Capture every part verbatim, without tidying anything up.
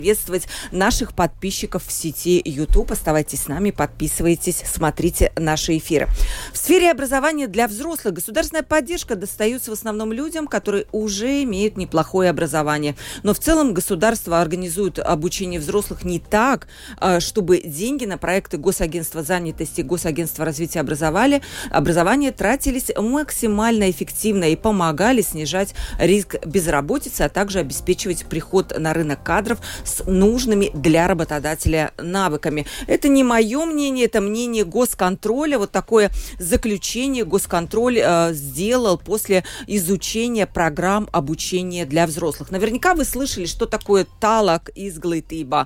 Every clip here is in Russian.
приветствовать наших подписчиков в сети YouTube. Оставайтесь с нами, подписывайтесь, смотрите наши эфиры. В сфере образования для взрослых государственная поддержка достается в основном людям, которые уже имеют неплохое образование. Но в целом государство организует обучение взрослых не так, чтобы деньги на проекты Госагентства занятости, Госагентства развития образования, образования тратились максимально эффективно и помогали снижать риск безработицы, а также обеспечивать приход на рынок кадров с нужными для работодателя навыками. Это не мое мнение, это мнение госконтроля. Вот такое заключение госконтроль э, сделал после изучения программ обучения для взрослых. Наверняка вы слышали, что такое талак изглытыба.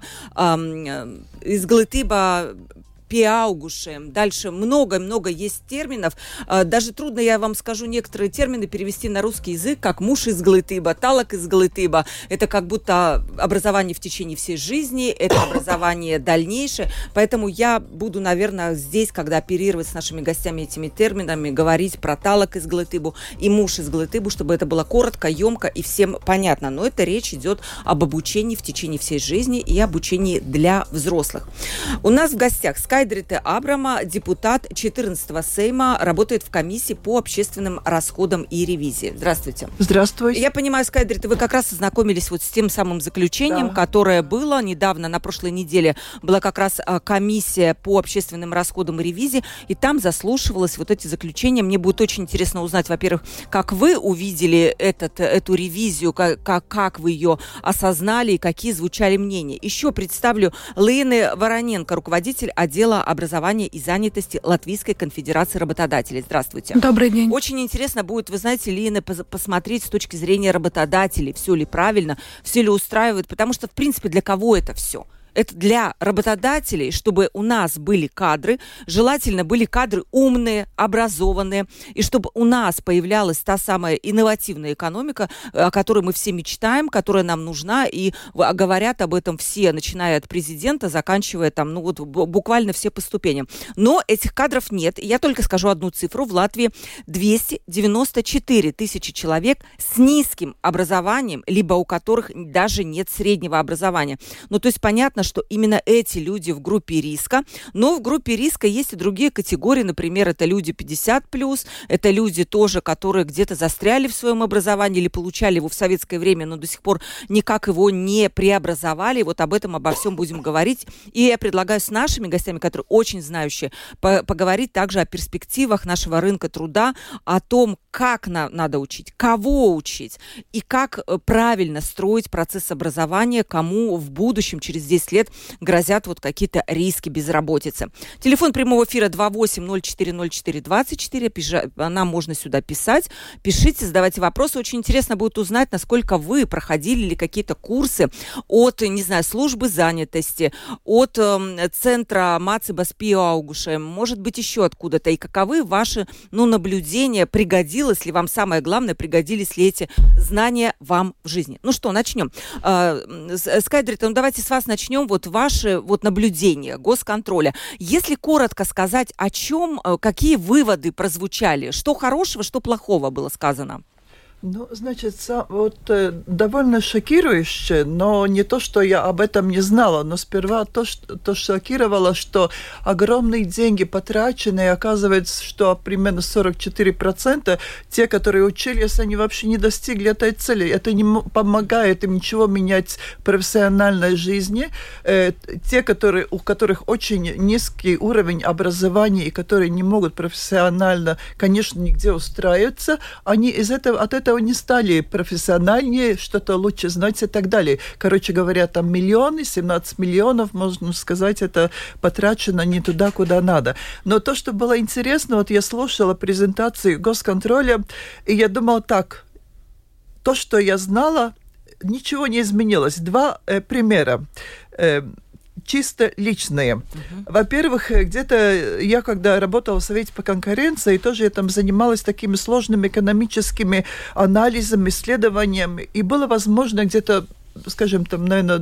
Э, изглытыба пиаугушем. Дальше много-много есть терминов. Даже трудно, я вам скажу, некоторые термины перевести на русский язык, как муж из глытыба, талак из глытыба. Это как будто образование в течение всей жизни, это образование дальнейшее. Поэтому я буду, наверное, здесь, когда оперировать с нашими гостями этими терминами, говорить про талак из глытыбу и муж из глытыбу, чтобы это было коротко, емко и всем понятно. Но это речь идет об обучении в течение всей жизни и обучении для взрослых. У нас в гостях Скайдрита Абрама, депутат четырнадцатого Сейма, работает в комиссии по общественным расходам и ревизии. Здравствуйте. Здравствуйте. Я понимаю, Скайдрита, вы как раз ознакомились вот с тем самым заключением, да, которое было недавно, на прошлой неделе, была как раз комиссия по общественным расходам и ревизии, и там заслушивалось вот эти заключения. Мне будет очень интересно узнать, во-первых, как вы увидели этот, эту ревизию, как, как, как вы ее осознали и какие звучали мнения. Еще представлю Лены Вороненко, руководитель отдела образования и занятости Латвийской конфедерации работодателей. Здравствуйте. Добрый день. Очень интересно будет, вы знаете, Лина, посмотреть с точки зрения работодателей, все ли правильно, все ли устраивает, потому что, в принципе, для кого это все? Это для работодателей, чтобы у нас были кадры, желательно были кадры умные, образованные, и чтобы у нас появлялась та самая инновативная экономика, о которой мы все мечтаем, которая нам нужна, и говорят об этом все, начиная от президента, заканчивая там, ну вот буквально все по ступеням. Но этих кадров нет. Я только скажу одну цифру. В Латвии двести девяносто четыре тысячи человек с низким образованием, либо у которых даже нет среднего образования. Ну, то есть понятно, что именно эти люди в группе риска. Но в группе риска есть и другие категории. Например, это люди пятьдесят плюс, это люди тоже, которые где-то застряли в своем образовании или получали его в советское время, но до сих пор никак его не преобразовали. Вот об этом, обо всем будем говорить. И я предлагаю с нашими гостями, которые очень знающие, по- поговорить также о перспективах нашего рынка труда, о том, как на- надо учить, кого учить и как правильно строить процесс образования, кому в будущем, через десять лет, грозят вот какие-то риски безработицы. Телефон прямого эфира два восемь ноль четыре ноль четыре двадцать четыре. Пиша... Нам можно сюда писать. Пишите, задавайте вопросы. Очень интересно будет узнать, насколько вы проходили ли какие-то курсы от, не знаю, службы занятости, от э, центра Mācības pieaugušajiem, может быть, еще откуда-то. И каковы ваши, ну, наблюдения, пригодилось ли вам, самое главное, пригодились ли эти знания вам в жизни? Ну что, начнем. Э, Скайдрита, ну давайте с вас начнем. Вот ваши вот наблюдения госконтроля. Если коротко сказать, о чем, какие выводы прозвучали, что хорошего, что плохого было сказано? Ну, значит, вот довольно шокирующе, но не то, что я об этом не знала, но сперва то, что то шокировало, что огромные деньги потрачены, и оказывается, что примерно сорок четыре процента те, которые учились, они вообще не достигли этой цели. Это не помогает им ничего менять в профессиональной жизни. Те, которые, у которых очень низкий уровень образования и которые не могут профессионально, конечно, нигде устраиваться, они из этого, от этого не стали профессиональнее, что-то лучше знать и так далее. Короче говоря, там миллионы, семнадцать миллионов, можно сказать, это потрачено не туда, куда надо. Но то, что было интересно, вот я слушала презентации госконтроля, и я думала так, то, что я знала, ничего не изменилось. Два э, примера. Э, чисто личные. Uh-huh. Во-первых, где-то я, когда работала в Совете по конкуренции, тоже я там занималась такими сложными экономическими анализами, исследованиями, и было возможно где-то, скажем, там, наверное,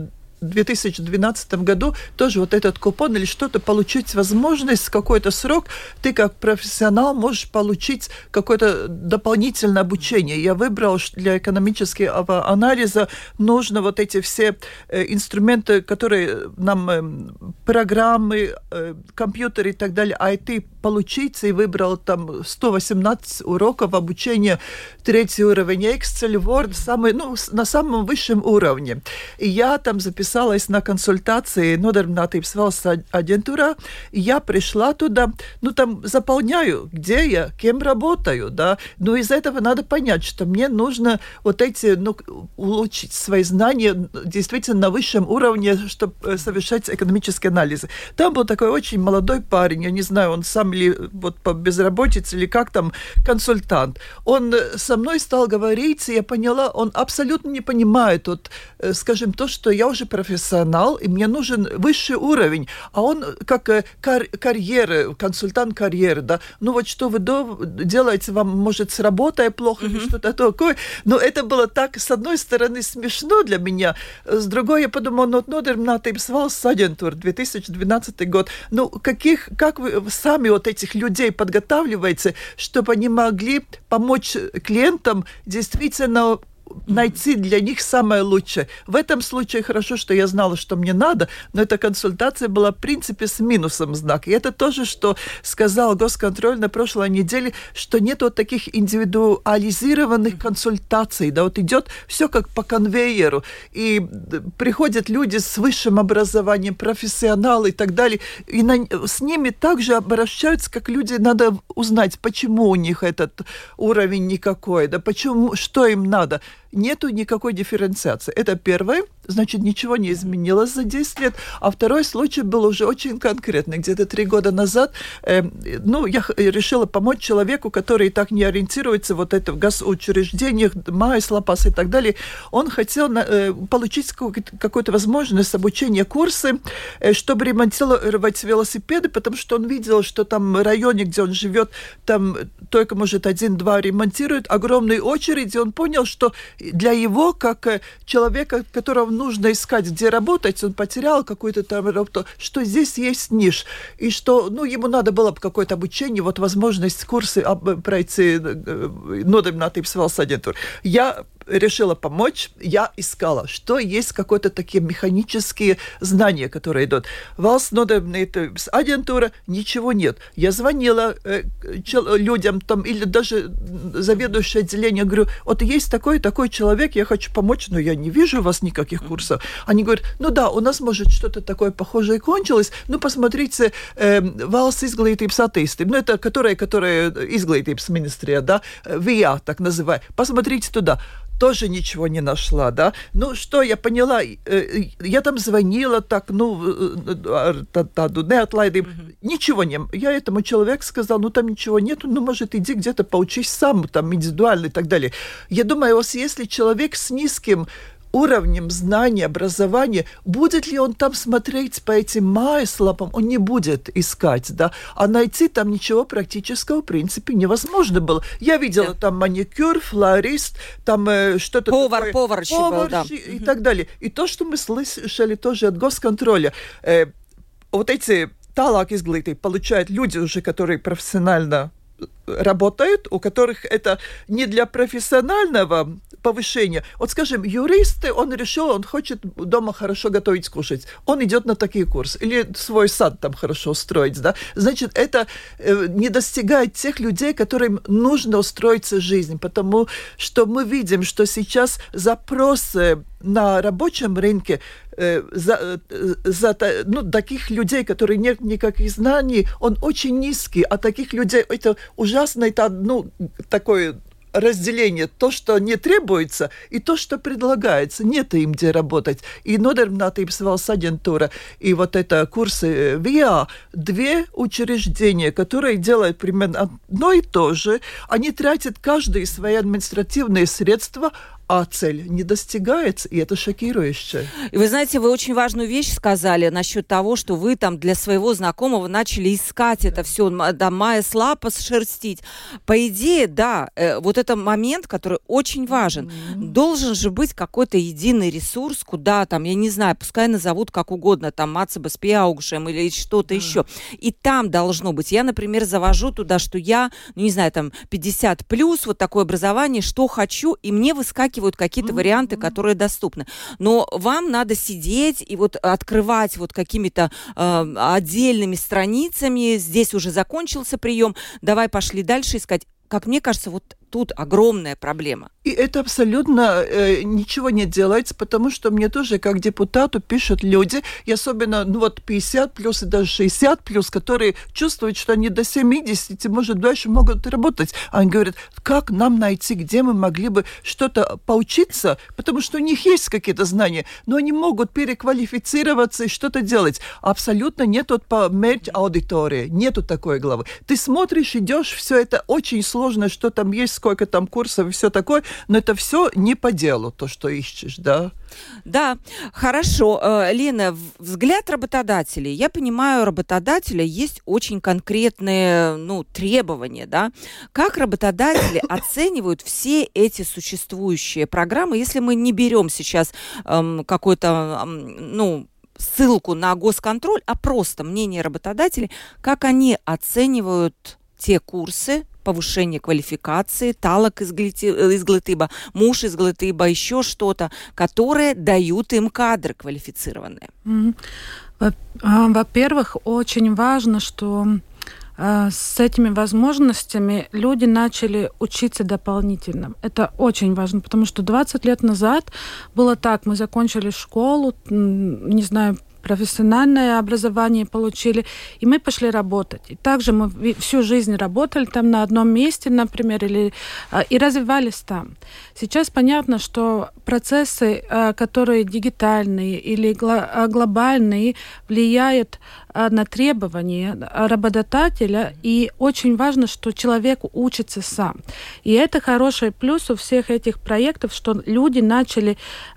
две тысячи двенадцатом году тоже вот этот купон или что-то получить возможность, какой-то срок, ты как профессионал можешь получить какое-то дополнительное обучение. Я выбрал для экономического анализа нужно вот эти все э, инструменты, которые нам э, программы, э, компьютеры и так далее, ай ти получить, и выбрал там сто восемнадцать уроков обучения, третий уровень Excel, Word, самый, ну, на самом высшем уровне. И я там записалась на консультации Nodarbinātības valsts агентура, и я пришла туда, ну, там заполняю, где я, кем работаю, да, но из этого надо понять, что мне нужно вот эти, ну, улучшить свои знания действительно на высшем уровне, чтобы совершать экономические анализы. Там был такой очень молодой парень, я не знаю, он сам или вот по безработице, или как там, консультант. Он со мной стал говорить, и я поняла, он абсолютно не понимает, вот, скажем, то, что я уже профессионал, и мне нужен высший уровень, а он как кар- карьеры, консультант карьеры, да, ну вот что вы до- делаете, вам, может, с работой плохо, mm-hmm. или что-то такое, но это было так, с одной стороны, смешно для меня, с другой я подумала, ну, Nodarbinātības valsts агентура, две тысячи двенадцатый год, ну, каких, как вы сами вот этих людей подготавливаете, чтобы они могли помочь клиентам действительно найти для них самое лучшее. В этом случае хорошо, что я знала, что мне надо, но эта консультация была, в принципе, с минусом знак. И это тоже, что сказал госконтроль на прошлой неделе, что нет вот таких индивидуализированных консультаций. Да, вот идет все как по конвейеру. И приходят люди с высшим образованием, профессионалы и так далее. И на, с ними также обращаются, как люди, надо узнать, почему у них этот уровень никакой, да, почему, что им надо. Нету никакой дифференциации. Это первое, значит, ничего не изменилось за десять лет. А второй случай был уже очень конкретный. Где-то три года назад, э, ну, я решила помочь человеку, который так не ориентируется вот это в госучреждениях, Mājaslapas и так далее. Он хотел на, э, получить какую-то, какую-то возможность обучения, курсы, э, чтобы ремонтировать велосипеды, потому что он видел, что там в районе, где он живет, там только, может, один-два ремонтируют, огромные очереди. Он понял, что для его, как человека, которого нужно искать, где работать, он потерял какую-то там работу, что здесь есть ниш, и что, ну, ему надо было бы какое-то обучение, вот возможность курсы пройти Nodarbinātības valsts агентура. Я решила помочь, я искала, что есть какое-то такие механические знания, которые идут. Valsts Nodarbinātības агентура, ничего нет. Я звонила э, чел- людям там, или даже заведующее отделение, говорю, вот есть такой такой человек, я хочу помочь, но я не вижу у вас никаких курсов. Они говорят, ну да, у нас, может, что-то такое похожее кончилось, ну, посмотрите, э, Valsts izglītības attīstība, ну, это которая, которая izglītības министрия, да, ВИА, так называют, посмотрите туда. Тоже ничего не нашла, да. Ну, что, я поняла, я там звонила, так, ну, tādu neatlaidību, mm-hmm. ничего не... Я этому человеку сказала, ну, там ничего нету, ну, может, иди где-то поучись сам, там, индивидуально и так далее. Я думаю, если человек с низким уровнем знаний, образования, будет ли он там смотреть по этим Mājaslapам, он не будет искать, да, а найти там ничего практического, в принципе, невозможно было. Я видела yeah. там маникюр, флорист, там э, что-то повар, такое. Повар, повар был, да. И mm-hmm. так далее. И то, что мы слышали тоже от госконтроля, э, вот эти tālāk izglītību получают люди уже, которые профессионально работают, у которых это не для профессионального повышения. Вот, скажем, юристы, он решил, он хочет дома хорошо готовить, кушать. Он идет на такие курсы. Или свой сад там хорошо устроить, да. Значит, это э, не достигает тех людей, которым нужно устроиться в жизнь, потому что мы видим, что сейчас запросы на рабочем рынке э, за, э, за ну, таких людей, которые нет никаких знаний, он очень низкий, а таких людей это ужасно, это ну, такое разделение, то, что не требуется, и то, что предлагается. Нет им где работать. И Nodarbinātības valsts агентура, и вот это курсы ВИА, две учреждения, которые делают примерно одно и то же. Они тратят каждые свои административные средства, а цель не достигается, и это шокирующе. И вы знаете, вы очень важную вещь сказали насчет того, что вы там для своего знакомого начали искать это все, да, майя слапа шерстить. По идее, да, э, вот это момент, который очень важен. Mm-hmm. Должен же быть какой-то единый ресурс, куда там, я не знаю, пускай назовут как угодно, там, мацебас пиаугшем или что-то mm-hmm. еще. И там должно быть. Я, например, завожу туда, что я, ну, не знаю, там, пятьдесят плюс, вот такое образование, что хочу, и мне выскакивают какие-то mm-hmm. варианты, которые доступны. Но вам надо сидеть и вот открывать вот какими-то э, отдельными страницами. Здесь уже закончился прием, давай пошли дальше искать. Как мне кажется, вот тут огромная проблема. И это абсолютно э, ничего не делается, потому что мне тоже, как депутату, пишут люди, и особенно, ну вот, пятьдесят плюс и даже шестьдесят плюс, которые чувствуют, что они до семидесяти, может, дальше могут работать. Они говорят, как нам найти, где мы могли бы что-то поучиться, потому что у них есть какие-то знания, но они могут переквалифицироваться и что-то делать. Абсолютно нет вот по мерч аудитории, нету такой главы. Ты смотришь, идешь, все это очень сложно, что там есть, сколько там курсов и все такое, но это все не по делу, то, что ищешь, да? Да, хорошо. Лена, взгляд работодателей. Я понимаю, у работодателя есть очень конкретные, ну, требования, да? Как работодатели оценивают все эти существующие программы, если мы не берем сейчас эм, какой-то, эм, ну, ссылку на госконтроль, а просто мнение работодателей, как они оценивают те курсы, повышение квалификации, талак изглытыба, муж изглытыба, еще что-то, которые дают им кадры квалифицированные. Во-первых, очень важно, что с этими возможностями люди начали учиться дополнительно. Это очень важно, потому что двадцать лет назад было так, мы закончили школу, не знаю, профессиональное образование получили, и мы пошли работать. И также мы всю жизнь работали там на одном месте, например, или, и развивались там. Сейчас понятно, что процессы, которые дигитальные или глобальные, влияют на требования работодателя, и очень важно, что человек учится сам. И это хороший плюс у всех этих проектов, что люди начали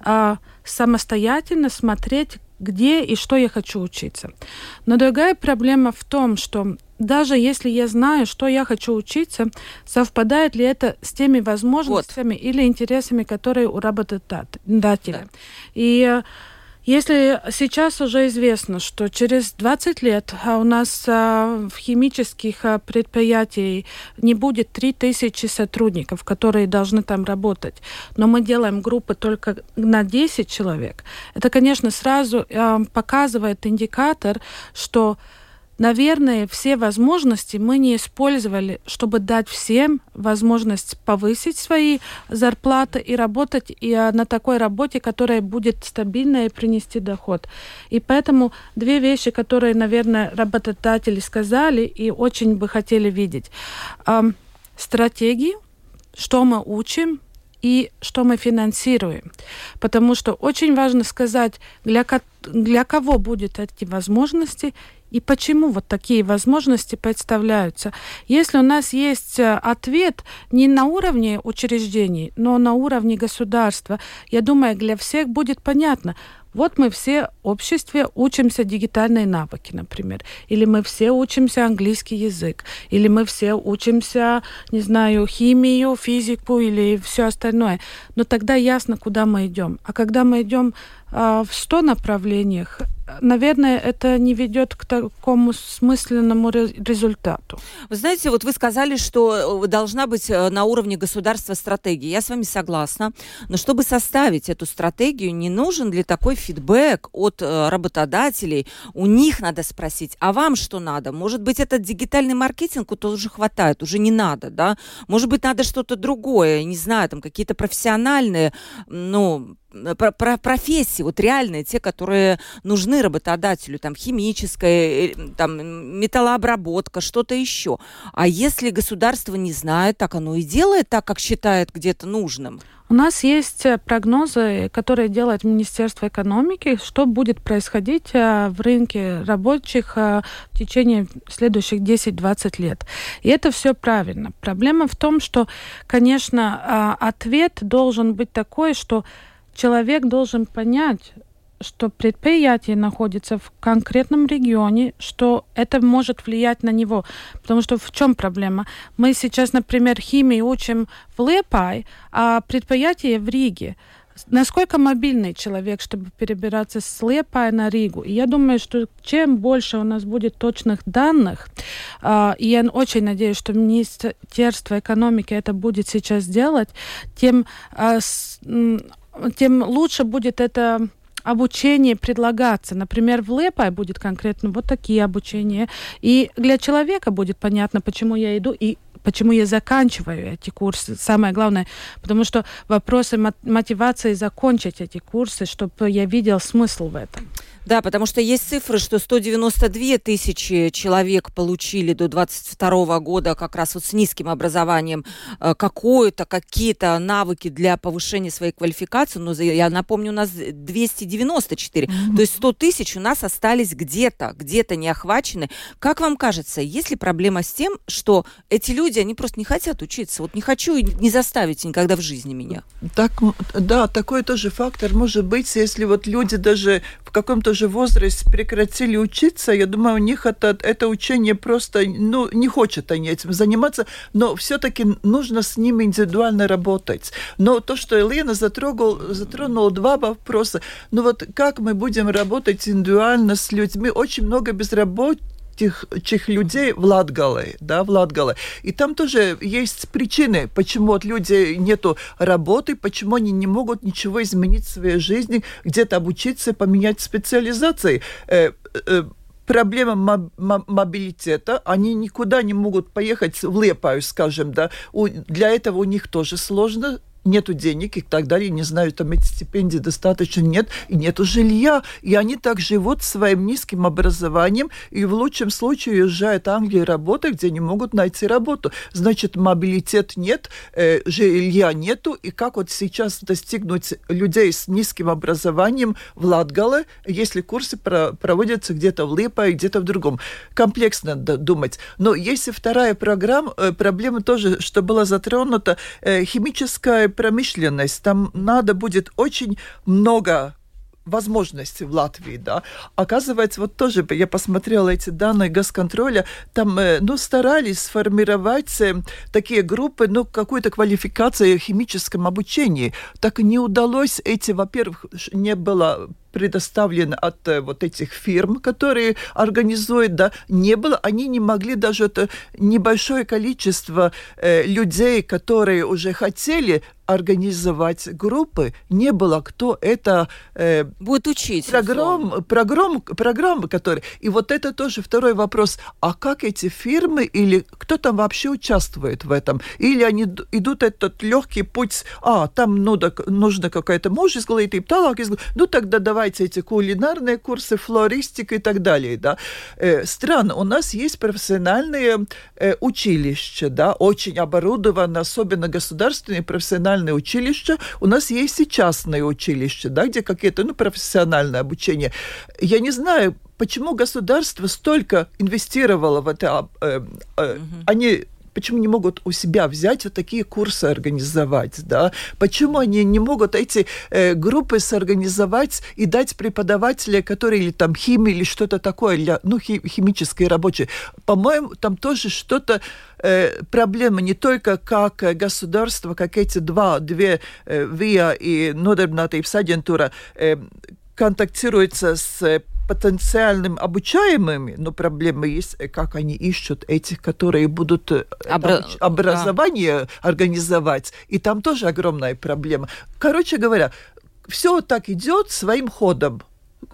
самостоятельно смотреть, где и что я хочу учиться. Но другая проблема в том, что даже если я знаю, что я хочу учиться, совпадает ли это с теми возможностями вот. или интересами, которые у работодателя. Да. И если сейчас уже известно, что через двадцать лет у нас в химических предприятиях не будет три тысячи сотрудников, которые должны там работать, но мы делаем группы только на десять человек, это, конечно, сразу показывает индикатор, что, наверное, все возможности мы не использовали, чтобы дать всем возможность повысить свои зарплаты и работать и на такой работе, которая будет стабильная и принести доход. И поэтому две вещи, которые, наверное, работодатели сказали и очень бы хотели видеть. Эм, стратегии, что мы учим, и что мы финансируем. Потому что очень важно сказать, для, ко- для кого будут эти возможности и почему вот такие возможности представляются. Если у нас есть ответ не на уровне учреждений, но на уровне государства, я думаю, для всех будет понятно. Вот мы все в обществе учимся дигитальные навыки, например. Или мы все учимся английский язык. Или мы все учимся, не знаю, химию, физику или все остальное. Но тогда ясно, куда мы идем. А когда мы идем э, в сто направлениях, наверное, это не ведет к такому смысленному результату. Вы знаете, вот вы сказали, что должна быть на уровне государства стратегия. Я с вами согласна. Но чтобы составить эту стратегию, не нужен ли такой фидбэк от работодателей? У них надо спросить, а вам что надо? Может быть, этот дигитальный маркетинг уже хватает, уже не надо, да? Может быть, надо что-то другое, не знаю, там какие-то профессиональные, ну, про, про профессии, вот реальные, те, которые нужны работодателю, там, химическая, там, металлообработка, что-то еще. А если государство не знает, так оно и делает так, как считает где-то нужным? У нас есть прогнозы, которые делает Министерство экономики, что будет происходить в рынке рабочих в течение следующих десять-двадцать лет. И это все правильно. Проблема в том, что, конечно, ответ должен быть такой, что человек должен понять, что предприятие находится в конкретном регионе, что это может влиять на него. Потому что в чем проблема? Мы сейчас, например, химию учим в Лиепае, а предприятие в Риге. Насколько мобильный человек, чтобы перебираться с Лиепая на Ригу? И я думаю, что чем больше у нас будет точных данных, и я очень надеюсь, что Министерство экономики это будет сейчас делать, тем, тем лучше будет это обучение предлагаться. Например, в Лиепае будет конкретно вот такие обучения. И для человека будет понятно, почему я иду и почему я заканчиваю эти курсы. Самое главное, потому что вопросы мотивации закончить эти курсы, чтобы я видел смысл в этом. Да, потому что есть цифры, что сто девяносто две тысячи человек получили до двадцать второго года как раз вот с низким образованием какое-то, какие-то навыки для повышения своей квалификации. Но я напомню, у нас двести девяносто четыре. Mm-hmm. То есть сто тысяч у нас остались где-то, где-то не охвачены. Как вам кажется, есть ли проблема с тем, что эти люди, они просто не хотят учиться? Вот не хочу и не заставите никогда в жизни меня. Так, да, такой тоже фактор может быть, если вот люди даже в каком-то же возрасте прекратили учиться, я думаю, у них это, это учение просто, ну, не хочет они этим заниматься, но все-таки нужно с ними индивидуально работать. Но то, что Елена затрогал, затронула два вопроса, ну вот как мы будем работать индивидуально с людьми, очень много безработных тех людей в Латгале, да, в Латгале. И там тоже есть причины, почему от людей нету работы, почему они не могут ничего изменить в своей жизни, где-то обучиться, поменять специализации. Э, э, Проблема моб- мобилитета, они никуда не могут поехать в Лиепаю, скажем, да, у, для этого у них тоже сложно, нету денег и так далее, не знаю, там эти стипендии достаточно нет, и нету жилья, и они так живут своим низким образованием, и в лучшем случае уезжают в Англию работать, где не могут найти работу. Значит, мобилитет нет, э, жилья нету, и как вот сейчас достигнуть людей с низким образованием в Латгале, если курсы про- проводятся где-то в Лиепае, где-то в другом. Комплексно думать. Но есть и вторая программа, э, проблема тоже, что была затронута, э, химическая промышленность, там надо будет очень много возможностей в Латвии, да. Оказывается, вот тоже я посмотрела эти данные госконтроля, там, ну, старались сформировать такие группы, ну, какую-то квалификацию в химическом обучении. Так и не удалось эти, во-первых, не было предоставлено от вот этих фирм, которые организуют, да, не было, они не могли даже это небольшое количество э, людей, которые уже хотели организовать группы, не было кто это э, будет учить. Программ, программ, программы, которые... И вот это тоже второй вопрос. А как эти фирмы или кто там вообще участвует в этом? Или они идут этот легкий путь, а, там ну, да, нужно какая-то муж изглядеть, талак изглядеть, ну тогда давайте эти кулинарные курсы, флористика и так далее, да. Э, странно, у нас есть профессиональные э, училища, да, очень оборудованы, особенно государственные профессиональные училища. У нас есть и частные училища, да, где какие-то, ну, профессиональное обучение. Я не знаю, почему государство столько инвестировало в это. Э, э, mm-hmm. Они почему не могут у себя взять вот такие курсы организовать, да? Почему они не могут эти э, группы сорганизовать и дать преподавателя, которые или там химии, или что-то такое, для, ну, хи- химические рабочие. По-моему, там тоже что-то э, проблема не только как государство, как эти два, две, э, ВИА и Nodarbinātības агентура э, контактируются с потенциальным обучаемыми, но проблема есть, как они ищут этих, которые будут Обра... там, образование да. организовать. И там тоже огромная проблема. Короче говоря, все так идет своим ходом.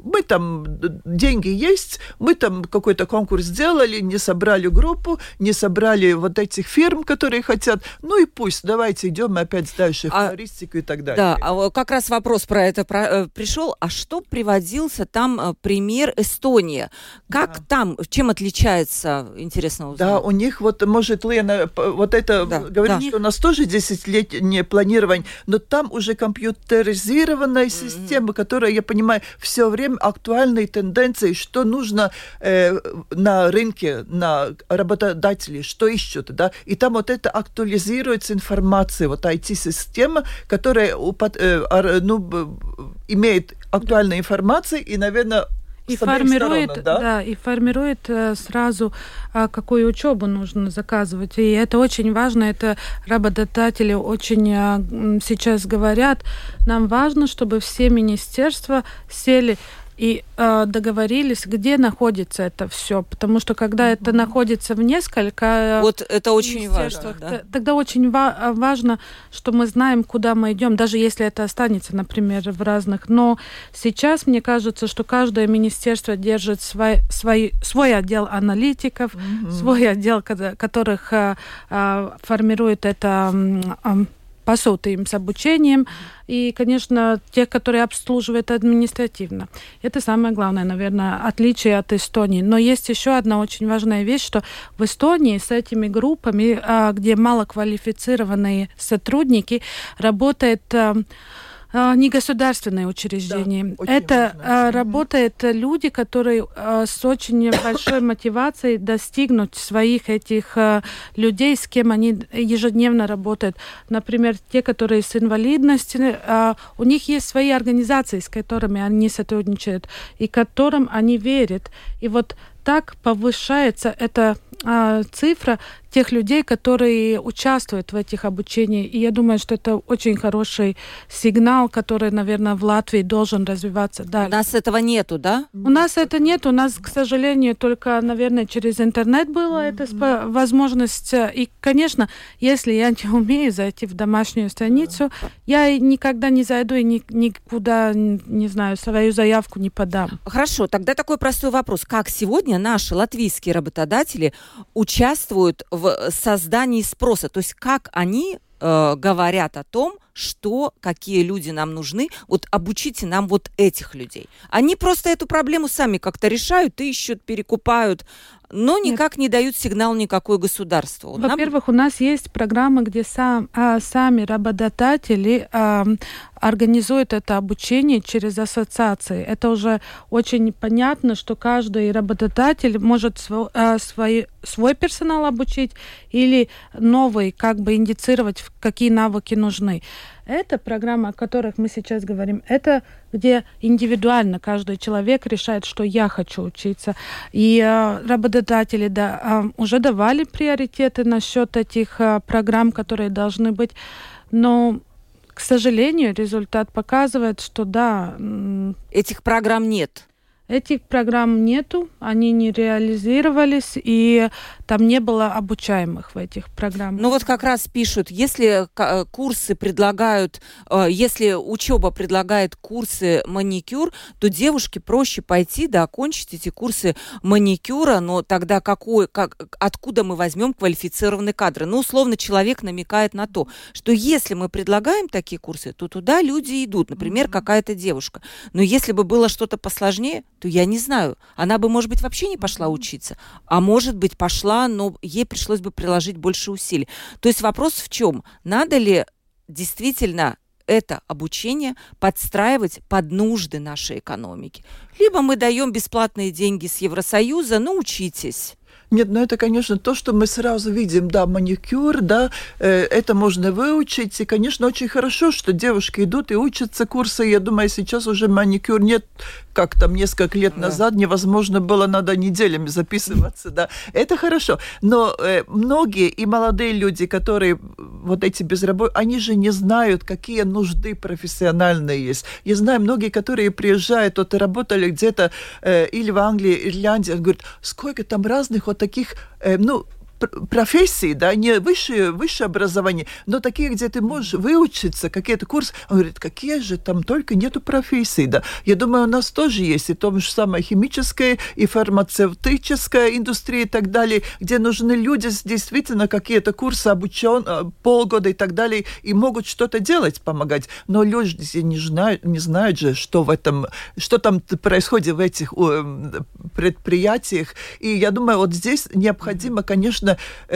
мы там, деньги есть, мы там какой-то конкурс сделали, не собрали группу, не собрали вот этих фирм, которые хотят, ну и пусть, давайте идем опять дальше в флористику а, и так далее. Да, а как раз вопрос про это про, пришел. А что приводился там пример Эстония? Как да. там, чем отличается, интересно узнать? Да, у них вот, может, Лена, вот это да, говорит, да. что у нас тоже десятилетнее планирование, но там уже компьютеризированная mm-hmm. система, которая, я понимаю, все время актуальные тенденции, что нужно э, на рынке, на работодателей, что ищут, да, и там вот это актуализируется информация, вот ай ти-система, которая э, ну, имеет актуальную информацию и, наверное, И формирует, сторон, да? Да, и формирует э, сразу, э, какую учебу нужно заказывать. И это очень важно, это работодатели очень э, сейчас говорят. Нам важно, чтобы все министерства сели и э, договорились, где находится это все, потому что когда mm-hmm. это находится в несколько вот это очень важно, да? Тогда очень ва- важно, что мы знаем, куда мы идем, даже если это останется, например, в разных. Но сейчас мне кажется, что каждое министерство держит свой свой, свой отдел аналитиков, mm-hmm. свой отдел, которых э, э, формирует это э, посылы им с обучением, и, конечно, тех, которые обслуживают административно. Это самое главное, наверное, отличие от Эстонии. Но есть еще одна очень важная вещь, что в Эстонии с этими группами, где малоквалифицированные сотрудники, работает негосударственные учреждения. Да, это важно. Работают люди, которые с очень большой мотивацией достигнуть своих этих людей, с кем они ежедневно работают. Например, те, которые с инвалидностью, у них есть свои организации, с которыми они сотрудничают, и которым они верят. И вот так повышается эта а, цифра тех людей, которые участвуют в этих обучениях. И я думаю, что это очень хороший сигнал, который, наверное, в Латвии должен развиваться дальше. У нас этого нету, да? У нас это нет. У нас, к сожалению, только, наверное, через интернет была mm-hmm. эта возможность. И, конечно, если я не умею зайти в домашнюю страницу, yeah. я никогда не зайду и ни, никуда, не знаю, свою заявку не подам. Хорошо, тогда такой простой вопрос. Как сегодня наши латвийские работодатели участвуют в создании спроса? То есть как они э, говорят о том, что, какие люди нам нужны, вот обучите нам вот этих людей. Они просто эту проблему сами как-то решают, ищут, перекупают, но никак Нет. не дают сигнал никакой государству. Во-первых, нам... у нас есть программа, где сам, а, сами работодатели а, организуют это обучение через ассоциации. Это уже очень понятно, что каждый работодатель может свой, а, свой, свой персонал обучить или новый, как бы индицировать, какие навыки нужны. Эта программа, о которой мы сейчас говорим, это где индивидуально каждый человек решает, что я хочу учиться. И э, работодатели да, э, уже давали приоритеты насчет этих э, программ, которые должны быть. Но, к сожалению, результат показывает, что да... М- Этих программ нет. Этих программ нету, они не реализировались, и там не было обучаемых в этих программах. Ну вот как раз пишут, если курсы предлагают, если учеба предлагает курсы маникюр, то девушке проще пойти, да, окончить эти курсы маникюра, но тогда какой, как, откуда мы возьмем квалифицированные кадры? Ну, условно, человек намекает на то, что если мы предлагаем такие курсы, то туда люди идут, например, mm-hmm. какая-то девушка. Но если бы было что-то посложнее, то я не знаю. Она бы, может быть, вообще не пошла учиться. А может быть, пошла, но ей пришлось бы приложить больше усилий. То есть вопрос в чем? Надо ли действительно это обучение подстраивать под нужды нашей экономики? Либо мы даем бесплатные деньги с Евросоюза, ну, учитесь. Нет, ну это, конечно, то, что мы сразу видим, да, маникюр, да, э, это можно выучить, и, конечно, очень хорошо, что девушки идут и учатся курсы. Я думаю, сейчас уже маникюр нет, как там несколько лет да. назад невозможно было, надо неделями записываться, да. Это хорошо, но э, многие и молодые люди, которые вот эти безработные, они же не знают, какие нужды профессиональные есть. Я знаю, многие, которые приезжают, вот и работали где-то э, или в Англии, Ирландии, говорят, сколько там разных вот таких, э, ну, профессии, да, не высшее, высшее образование, но такие, где ты можешь выучиться, какие-то курсы. Он говорит, какие же там только нету профессий, да. Я думаю, у нас тоже есть и то же самое химическое, и фармацевтическая индустрия и так далее, где нужны люди, действительно, какие-то курсы обучен, полгода и так далее, и могут что-то делать, помогать. Но люди не знают, не знают же, что в этом, что там происходит в этих предприятиях. И я думаю, вот здесь необходимо, конечно,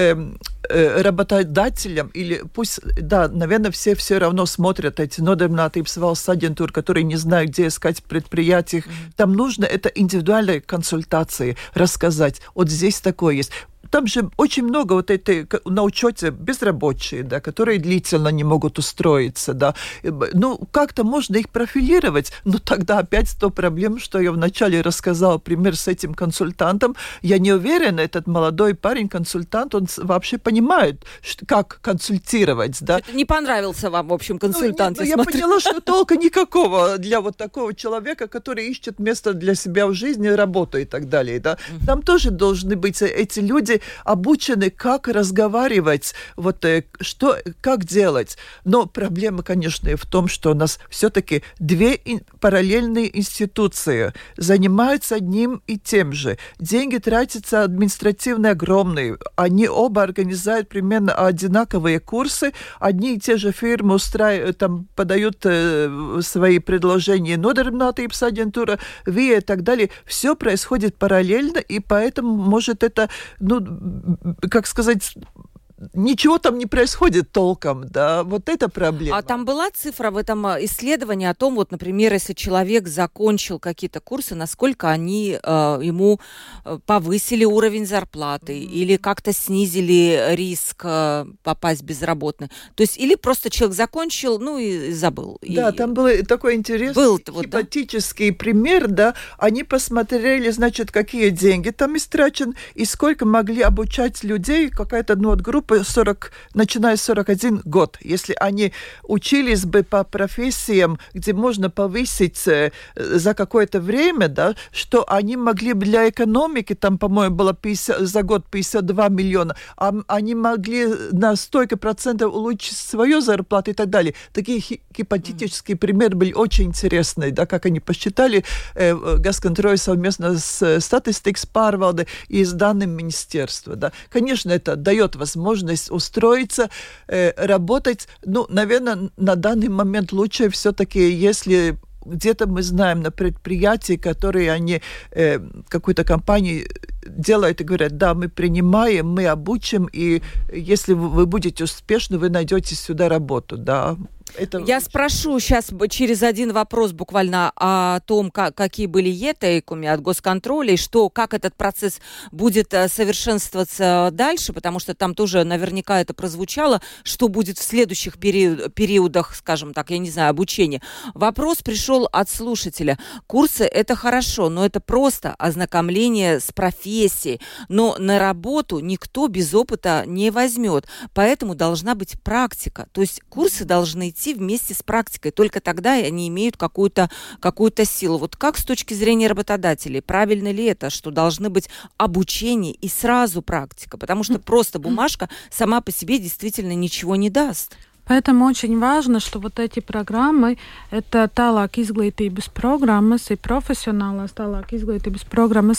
работодателям, или пусть, да, наверное, все все равно смотрят эти нodarbinātības valsts агентур, которые не знают, где искать в предприятиях. Mm-hmm. Там нужно это индивидуальные консультации рассказать. Вот здесь такое есть. Там же очень много вот этой на учете безрабочие, да, которые длительно не могут устроиться, да. Ну, как-то можно их профилировать, но тогда опять сто проблем, что я вначале рассказала, пример с этим консультантом. Я не уверена, этот молодой парень-консультант, он вообще понимает, как консультировать, да. Не понравился вам, в общем, консультант, ну, я Я смотрю. поняла, что толка никакого для вот такого человека, который ищет место для себя в жизни, работу и так далее, да. Mm-hmm. Там тоже должны быть эти люди, обучены, как разговаривать, вот, что, как делать. Но проблема, конечно, в том, что у нас все-таки две ин- параллельные институции занимаются одним и тем же. Деньги тратятся административно огромные. Они оба организуют примерно одинаковые курсы. Одни и те же фирмы устраивают, там, подают э, свои предложения nodarbinātības агентура, ВИА и так далее. Все происходит параллельно, и поэтому, может, это, ну, как сказать, ничего там не происходит толком, да, вот это проблема. А там была цифра в этом исследовании о том, вот, например, если человек закончил какие-то курсы, насколько они э, ему повысили уровень зарплаты mm-hmm. или как-то снизили риск э, попасть безработным. То есть или просто человек закончил, ну и забыл. Да, и... там был такой интересный был, гипотетический вот, да? пример, да, они посмотрели, значит, какие деньги там истрачены и сколько могли обучать людей, какая-то, ну, вот группа сорок, начиная с сорок один год. Если они учились бы по профессиям, где можно повысить э, за какое-то время, да, что они могли бы для экономики, там, по-моему, было пятьдесят, за год пятьдесят два миллиона, а они могли на столько процентов улучшить свою зарплату и так далее. Такие хи- гипотетические mm. примеры были очень интересные, да, как они посчитали, э, Газконтроль совместно с статистикой pārvalde и с данным министерства. Да. Конечно, это дает возможность возможность устроиться, э, работать. Ну, наверное, на данный момент лучше все-таки, если где-то мы знаем на предприятии, которые они, э, какую-то компанию делают и говорят, да, мы принимаем, мы обучим, и если вы, вы будете успешны, вы найдете сюда работу, да. Это... Я спрошу сейчас через один вопрос буквально о том, как, какие были ieteikumi от госконтроля, и что, как этот процесс будет совершенствоваться дальше, потому что там тоже наверняка это прозвучало, что будет в следующих период, периодах, скажем так, я не знаю, обучения. Вопрос пришел от слушателя. Курсы – это хорошо, но это просто ознакомление с профессией, но на работу никто без опыта не возьмет, поэтому должна быть практика, то есть курсы должны идти вместе с практикой. Только тогда они имеют какую-то, какую-то силу. Вот как с точки зрения работодателей, правильно ли это, что должны быть обучение и сразу практика? Потому что просто бумажка сама по себе действительно ничего не даст. Поэтому очень важно, что вот эти программы, это tālāk izglītības программas и профессиональные tālāk izglītības программas,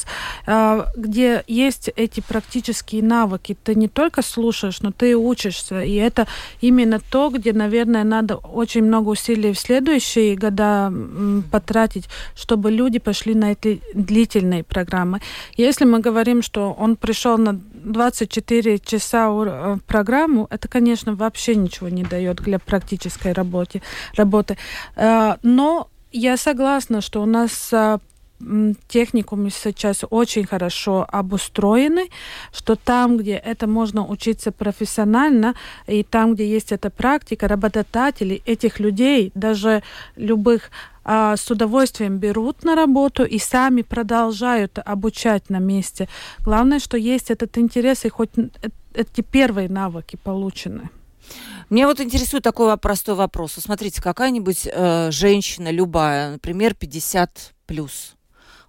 где есть эти практические навыки. Ты не только слушаешь, но ты учишься. И это именно то, где, наверное, надо очень много усилий в следующие года потратить, чтобы люди пошли на эти длительные программы. Если мы говорим, что он пришел на двадцать четыре часа в программу, это, конечно, вообще ничего не дает для практической работы. работы. Но я согласна, что у нас техникумы сейчас очень хорошо обустроены, что там, где это можно учиться профессионально, и там, где есть эта практика, работодатели этих людей, даже любых, с удовольствием берут на работу и сами продолжают обучать на месте. Главное, что есть этот интерес, и хоть эти первые навыки получены. Меня вот интересует такой простой вопрос. Смотрите, какая-нибудь э, женщина любая, например, пятьдесят плюс.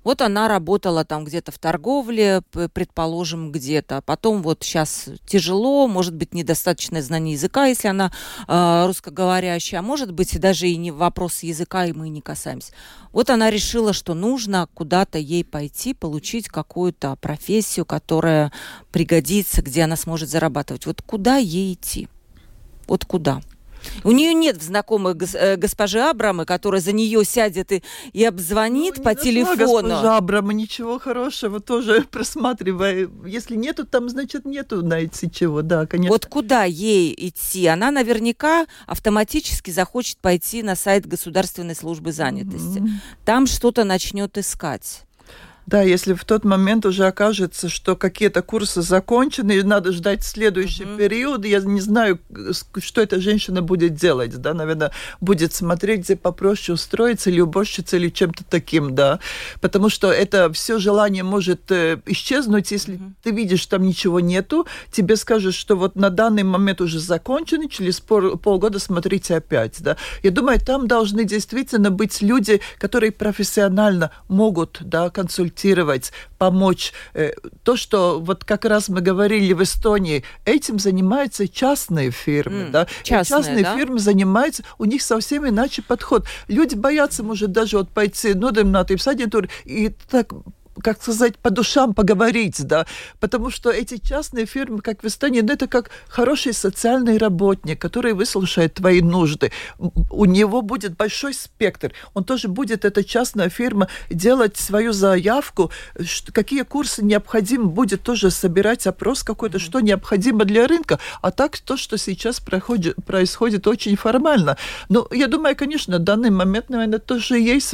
Вот она работала там где-то в торговле, предположим, где-то. Потом вот сейчас тяжело, может быть, недостаточное знание языка, если она э, русскоговорящая, а может быть, даже и не вопрос языка, и мы не касаемся. Вот она решила, что нужно куда-то ей пойти, получить какую-то профессию, которая пригодится, где она сможет зарабатывать. Вот куда ей идти? Вот куда? У нее нет в знакомых гос- госпожи Абрамы, которая за нее сядет и, и обзвонит ну, по телефону. Госпожа Абрама, ничего хорошего тоже просматривая. Если нету, там, значит, нету найти чего. Да, конечно. Вот куда ей идти? Она наверняка автоматически захочет пойти на сайт Государственной службы занятости. Mm-hmm. Там что-то начнет искать. Да, если в тот момент уже окажется, что какие-то курсы закончены, и надо ждать следующий uh-huh. период, я не знаю, что эта женщина будет делать, да, наверное, будет смотреть, где попроще устроиться, или уборщица, или чем-то таким, да, потому что это все желание может э, исчезнуть, если uh-huh. ты видишь, там ничего нету, тебе скажут, что вот на данный момент уже закончено, через пол, полгода смотрите опять, да. Я думаю, там должны действительно быть люди, которые профессионально могут, да, консультировать, помочь. То, что вот как раз мы говорили в Эстонии, этим занимаются частные фирмы. Mm, да? частные, частные да? фирмы занимаются, у них совсем иначе подход. Люди боятся, может, даже вот пойти, ну, да, на типсагентур, и так... как сказать, по душам поговорить, да, потому что эти частные фирмы, как в Эстонии, ну, это как хороший социальный работник, который выслушает твои нужды. У него будет большой спектр. Он тоже будет, эта частная фирма, делать свою заявку, какие курсы необходимы, будет тоже собирать опрос какой-то, что необходимо для рынка. А так, то, что сейчас проходит, происходит очень формально. Ну, я думаю, конечно, в данный момент, наверное, тоже есть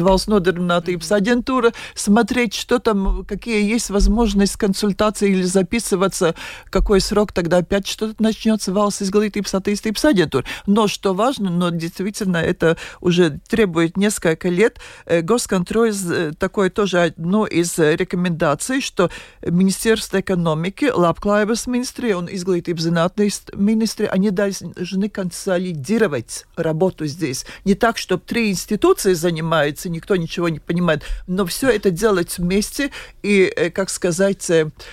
агентура, смотреть, что там, какие есть возможность консультации или записываться, какой срок тогда опять что-то начнется, valsts izglītības attīstības aģentūra. Но что важно, но действительно это уже требует несколько лет. Госконтроль, такое тоже одно из рекомендаций, что Министерство экономики, Labklājības министрия, он izglītības zinātnes министрия, они должны консолидировать работу здесь. Не так, чтобы три институции занимаются, никто ничего не понимает, но все это делать вместе и, как сказать,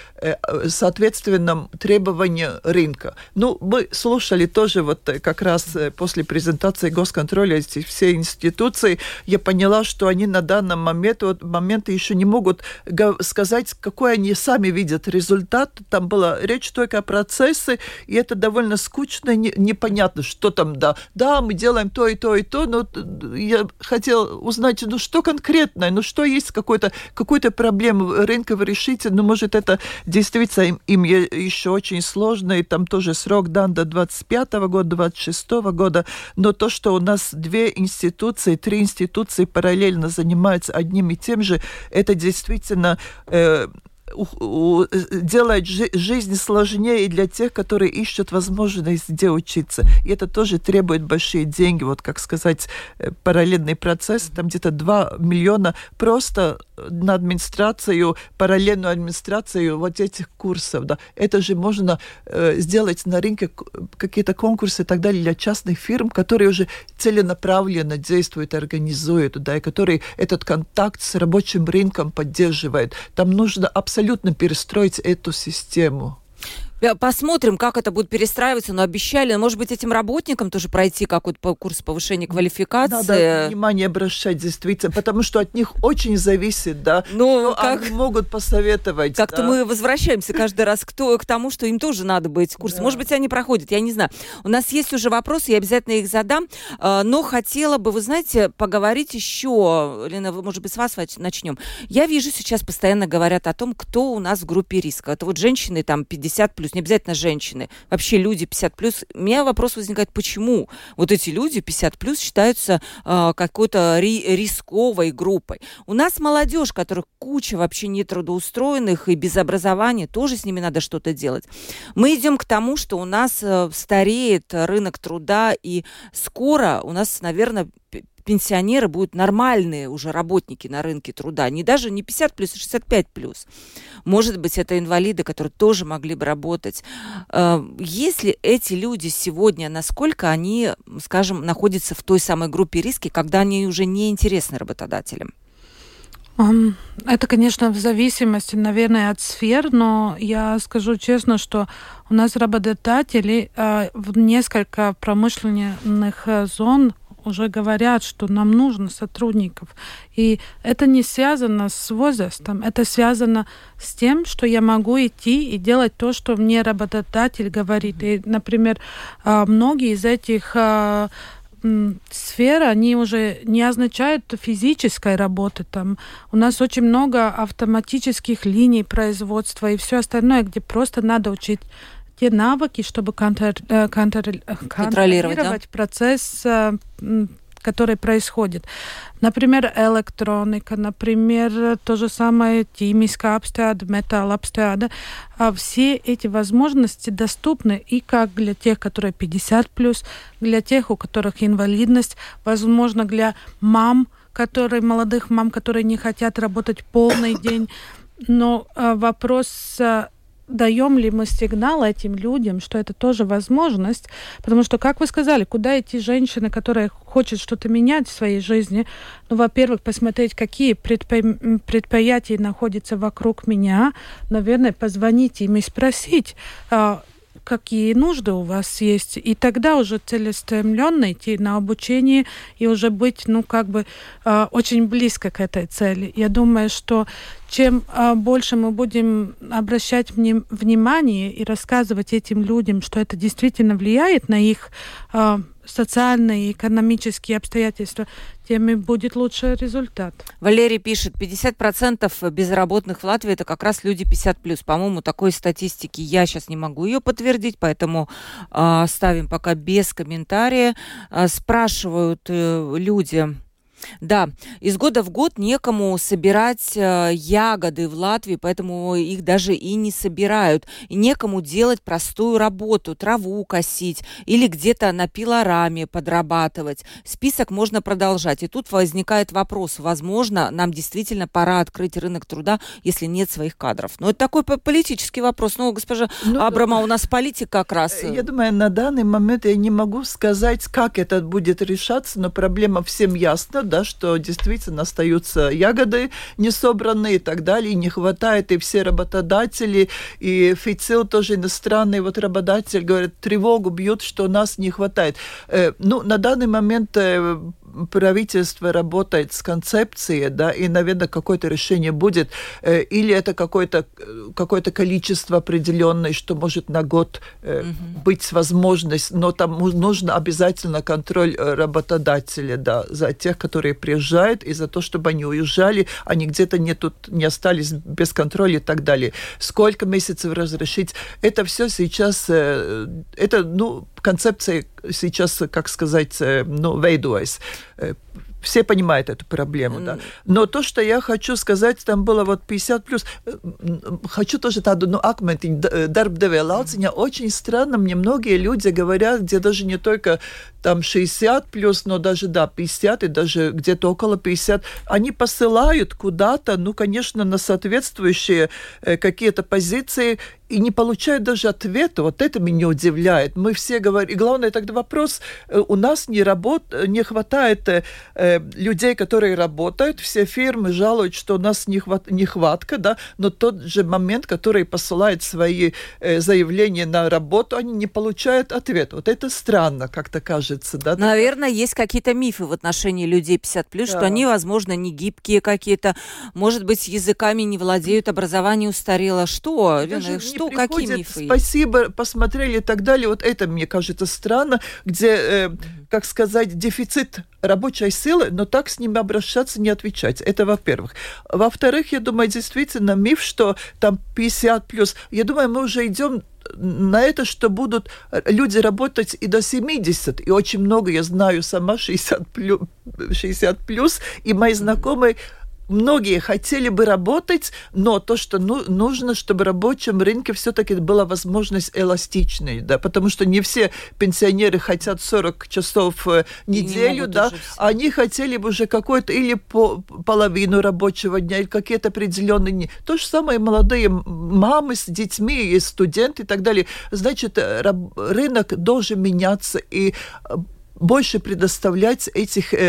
соответственно требованию рынка. Ну, мы слушали тоже вот как раз после презентации госконтроля эти все институции, я поняла, что они на данный момент, вот, момент еще не могут сказать, какой они сами видят результат. Там была речь только о процессе, и это довольно скучно, не, непонятно, что там, да. Да, мы делаем то и то и то, но я хотела узнать, ну, что конкретно, ну, что есть какой-то, какой-то проблемы рынка вы решите, ну, может, это действительно им, им еще очень сложно, и там тоже срок дан до двадцать пятого года, двадцать шестого года, но то, что у нас две институции, три институции параллельно занимаются одним и тем же, это действительно... Э, делает жизнь сложнее для тех, которые ищут возможность где учиться. И это тоже требует большие деньги. Вот, как сказать, параллельный процесс, там где-то два миллиона просто на администрацию, параллельную администрацию вот этих курсов. Да. Это же можно э, сделать на рынке какие-то конкурсы и так далее для частных фирм, которые уже целенаправленно действуют, организуют, да, и которые этот контакт с рабочим рынком поддерживают. Там нужно абсолютно абсолютно перестроить эту систему. Посмотрим, как это будет перестраиваться, но обещали, может быть, этим работникам тоже пройти какой-то курс повышения квалификации. Надо внимание обращать, действительно, потому что от них очень зависит, да, ну, как, они могут посоветовать. Как-то да. Мы возвращаемся каждый раз к, то, к тому, что им тоже надо быть курсы. Да. Может быть, они проходят, я не знаю. У нас есть уже вопросы, я обязательно их задам, но хотела бы, вы знаете, поговорить еще, Лена, может быть, с вас начнем. Я вижу, сейчас постоянно говорят о том, кто у нас в группе риска. Это вот женщины там пятьдесят плюс, не обязательно женщины, вообще люди пятьдесят плюс. У меня вопрос возникает, почему вот эти люди пятьдесят плюс считаются э, какой-то ри- рисковой группой. У нас молодежь, которых куча вообще нетрудоустроенных и без образования, тоже с ними надо что-то делать. Мы идем к тому, что у нас э, стареет рынок труда, и скоро у нас, наверное, пенсионеры будут нормальные уже работники на рынке труда, не даже не пятьдесят плюс, а шестьдесят пять плюс. Может быть, это инвалиды, которые тоже могли бы работать. Если эти люди сегодня, насколько они, скажем, находятся в той самой группе риска, когда они уже не интересны работодателям? Это, конечно, в зависимости, наверное, от сфер, но я скажу честно, что у нас работодатели в несколько промышленных зон уже говорят, что нам нужно сотрудников. И это не связано с возрастом, это связано с тем, что я могу идти и делать то, что мне работодатель говорит. И, например, многие из этих сфер, они уже не означают физической работы. Там у нас очень много автоматических линий производства и все остальное, где просто надо учить те навыки, чтобы контр... Контр... контролировать да? процесс, который происходит. Например, электроника, например, то же самое химическая обстяда, металлообстяда. Все эти возможности доступны и как для тех, которые пятьдесят плюс, для тех, у которых инвалидность, возможно, для мам, которые, молодых мам, которые не хотят работать полный день. Но вопрос... даем ли мы сигнал этим людям, что это тоже возможность, потому что, как вы сказали, куда идти женщины, которая хочет что-то менять в своей жизни, ну, во-первых, посмотреть, какие предпри- предприятия находятся вокруг меня, наверное, позвонить им и спросить, какие нужды у вас есть, и тогда уже целеустремленно идти на обучение и уже быть, ну, как бы э, очень близко к этой цели. Я думаю, что чем э, больше мы будем обращать вни- внимание и рассказывать этим людям, что это действительно влияет на их э, социальные и экономические обстоятельства, тем и будет лучший результат. Валерий пишет, пятьдесят процентов безработных в Латвии это как раз люди пятьдесят плюс. По-моему, такой статистики я сейчас не могу ее подтвердить, поэтому э, ставим пока без комментария. Э, спрашивают э, люди... Да, из года в год некому собирать э, ягоды в Латвии, поэтому их даже и не собирают. И некому делать простую работу, траву косить или где-то на пилораме подрабатывать. Список можно продолжать. И тут возникает вопрос, возможно, нам действительно пора открыть рынок труда, если нет своих кадров. Но это такой политический вопрос. Ну, госпожа ну, Абрама, у нас политик как раз. Я думаю, на данный момент я не могу сказать, как это будет решаться, но проблема всем ясна, да, что действительно остаются ягоды несобранные и так далее, и не хватает, и все работодатели, и ФИЦИЛ тоже иностранный вот работодатель, говорит, тревогу бьют, что нас не хватает. Э, ну, на данный момент э, правительство работает с концепцией, да, и, наверное, какое-то решение будет, э, или это какое-то, какое-то количество определенное, что может на год э, mm-hmm. быть возможность, но там нужно обязательно контроль работодателя, да, за тех, которые приезжают, и за то, чтобы они уезжали, они где-то не тут не остались без контроля и так далее. Сколько месяцев разрешить? Это все сейчас, э, это, ну, концепция сейчас, как сказать, ну, вейдуэс. Все понимают эту проблему, mm. да. Но то, что я хочу сказать, там было вот пятьдесят плюс. Хочу тоже tādu, ну, акментиņu darbdevēja lauciņā. Очень странно, мне многие люди говорят, где даже не только там шестьдесят плюс, но даже, да, пятьдесят и даже где-то около пятьдесят. Они посылают куда-то, ну, конечно, на соответствующие э, какие-то позиции и не получают даже ответа. Вот это меня удивляет. Мы все говорим... И главное тогда вопрос, у нас не, работ... не хватает э, людей, которые работают. Все фирмы жалуют, что у нас нехват... нехватка, да, но тот же момент, который посылает свои э, заявления на работу, они не получают ответа. Вот это странно, как-то кажется. Да? Наверное, есть какие-то мифы в отношении людей пятьдесят плюс, да. Что они, возможно, не гибкие какие-то, может быть, языками не владеют, образование устарело. Что? Лена, что? Какие мифы? Спасибо, посмотрели и так далее. Вот это, мне кажется, странно, где, э, как сказать, дефицит рабочей силы, но так с ними обращаться, не отвечать. Это во-первых. Во-вторых, я думаю, действительно миф, что там пятьдесят плюс. Я думаю, мы уже идем на это, что будут люди работать и до семидесяти. И очень много, я знаю сама, шестьдесят плюс, шестьдесят плюс, и мои знакомые многие хотели бы работать, но то, что ну, нужно, чтобы в рабочем рынке все-таки была возможность эластичной, да, потому что не все пенсионеры хотят сорок часов в неделю, да, они хотели бы уже какой-то или по, половину рабочего дня, или какие-то определенные дни. То же самое молодые мамы с детьми, и студенты и так далее. Значит, рынок должен меняться и больше предоставлять этих э,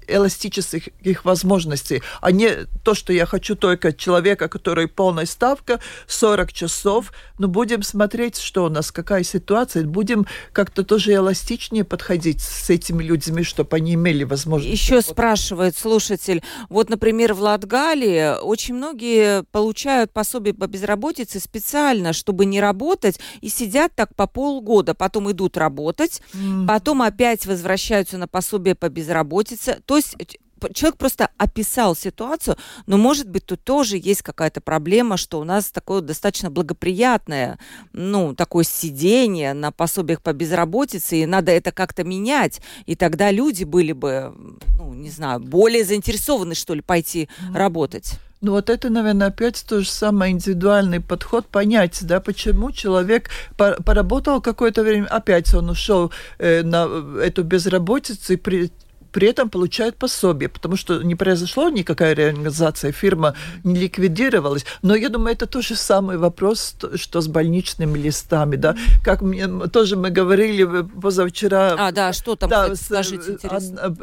эластических возможностей, а не то, что я хочу только человека, который полная ставка, сорок часов. Но будем смотреть, что у нас, какая ситуация. Будем как-то тоже эластичнее подходить с этими людьми, чтобы они имели возможность. Еще спрашивает слушатель. Вот, например, в Латгалии очень многие получают пособие по безработице специально, чтобы не работать, и сидят так по полгода. Потом идут работать, mm. потом опять возвращаются на пособие по безработице. То есть человек просто описал ситуацию, но, может быть, тут тоже есть какая-то проблема, что у нас такое достаточно благоприятное, ну, такое сидение на пособиях по безработице, и надо это как-то менять, и тогда люди были бы, ну, не знаю, более заинтересованы, что ли, пойти mm. работать. Ну вот это, наверное, опять то же самое индивидуальный подход, понять, да, почему человек поработал какое-то время, опять он ушел э, на эту безработицу и при при этом получают пособие, потому что не произошла никакая реорганизация, фирма не ликвидировалась. Но я думаю, это тоже самый вопрос, что с больничными листами, да. Как мне, тоже мы говорили позавчера... А, да, что там, да, кстати, скажите, интересно.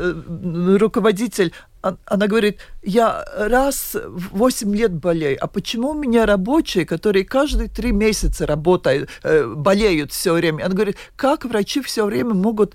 Руководитель, она говорит, я раз в восемь лет болею, а почему у меня рабочие, которые каждые три месяца работают, болеют все время? Она говорит, как врачи все время могут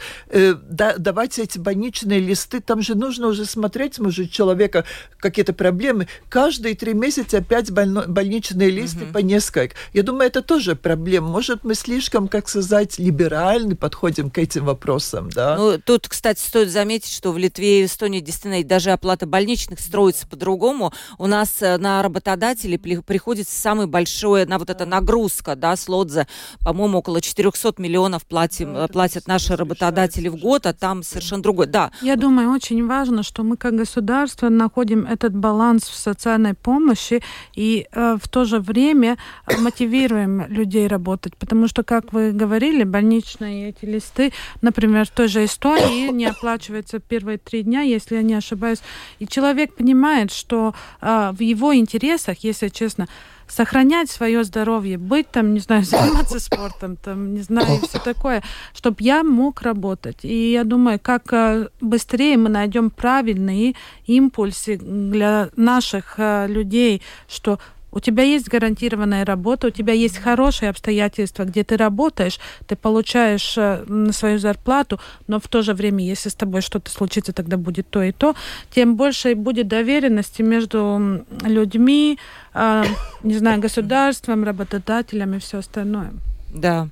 давать эти больничные листы? Там же нужно уже смотреть, может, у человека какие-то проблемы. Каждые три месяца опять больно, больничные листы uh-huh. по несколько. Я думаю, это тоже проблема. Может, мы слишком, как сказать, либерально подходим к этим вопросам, да? Ну, тут, кстати, стоит заметить, что в Литве и Эстонии действительно даже оплата больничных строится по-другому. У нас на работодателей приходится самая большая на вот эта нагрузка, да, с Лодзе, по-моему, около четыреста миллионов платим, да, платят наши работодатели в год, а там совершенно другой. Да. Я думаю, очень важно, что мы как государство находим этот баланс в социальной помощи и э, в то же время мотивируем людей работать, потому что, как вы говорили, больничные эти листы, например, в той же Эстонии не оплачиваются первые три дня, если я не ошибаюсь. И человек понимает, что э, в его интересах, если честно, сохранять свое здоровье, быть там, не знаю, заниматься спортом, там, не знаю, и все такое, чтобы я мог работать. И я думаю, как э, быстрее мы найдем правильные импульсы для наших э, людей, что у тебя есть гарантированная работа, у тебя есть хорошие обстоятельства, где ты работаешь, ты получаешь э, свою зарплату, но в то же время, если с тобой что-то случится, тогда будет то и то, тем больше будет доверенности между людьми, э, не знаю, государством, работодателем и все остальное. Да.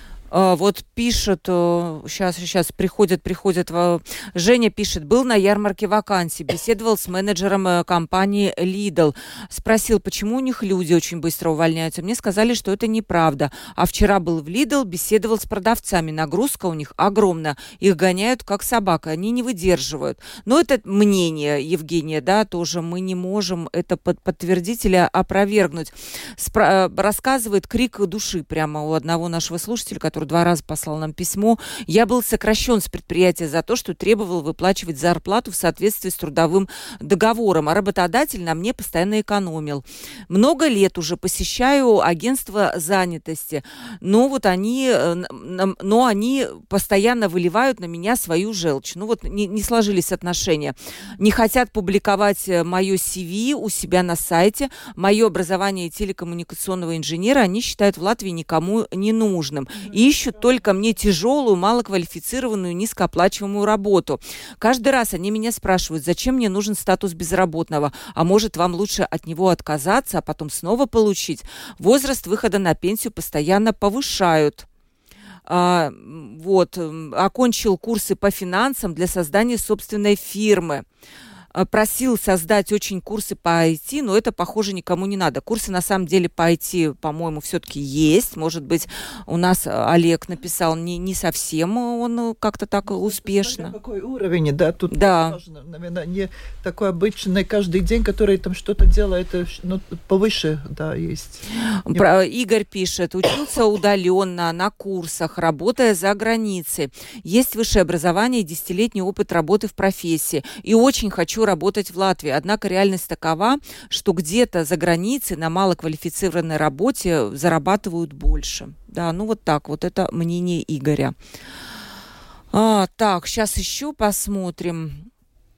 Вот пишет, сейчас, сейчас приходит, приходит, Женя пишет, был на ярмарке вакансий, беседовал с менеджером компании Lidl, спросил, почему у них люди очень быстро увольняются. Мне сказали, что это неправда. А вчера был в Lidl, беседовал с продавцами, нагрузка у них огромная, их гоняют как собака, они не выдерживают. Но это мнение Евгения, да, тоже мы не можем это подтвердить или опровергнуть. Спро- рассказывает крик души прямо у одного нашего слушателя, который два раза послал нам письмо. Я был сокращен с предприятия за то, что требовал выплачивать зарплату в соответствии с трудовым договором, а работодатель на мне постоянно экономил. Много лет уже посещаю агентство занятости, но вот они, но они постоянно выливают на меня свою желчь. Ну вот не, не сложились отношения. Не хотят публиковать мое си ви у себя на сайте. Мое образование телекоммуникационного инженера они считают в Латвии никому не нужным. И ищут только мне тяжелую, малоквалифицированную, низкооплачиваемую работу. Каждый раз они меня спрашивают, зачем мне нужен статус безработного, а может вам лучше от него отказаться, а потом снова получить. Возраст выхода на пенсию постоянно повышают. А, вот, окончил курсы по финансам для создания собственной фирмы. Просил создать очень курсы по ай ти, но это, похоже, никому не надо. Курсы, на самом деле, по ай ти, по-моему, все-таки есть. Может быть, у нас Олег написал не, не совсем он как-то так успешно. Какой уровень, да? Тут да. Нужно, наверное, не такой обычный каждый день, который там что-то делает, ну, повыше, да, есть. Про, Игорь пишет, учился удаленно, на курсах, работая за границей. Есть высшее образование и десятилетний опыт работы в профессии. И очень хочу работать в Латвии. Однако реальность такова, что где-то за границей на малоквалифицированной работе зарабатывают больше. Да, ну вот так, вот это мнение Игоря. А, так, сейчас еще посмотрим.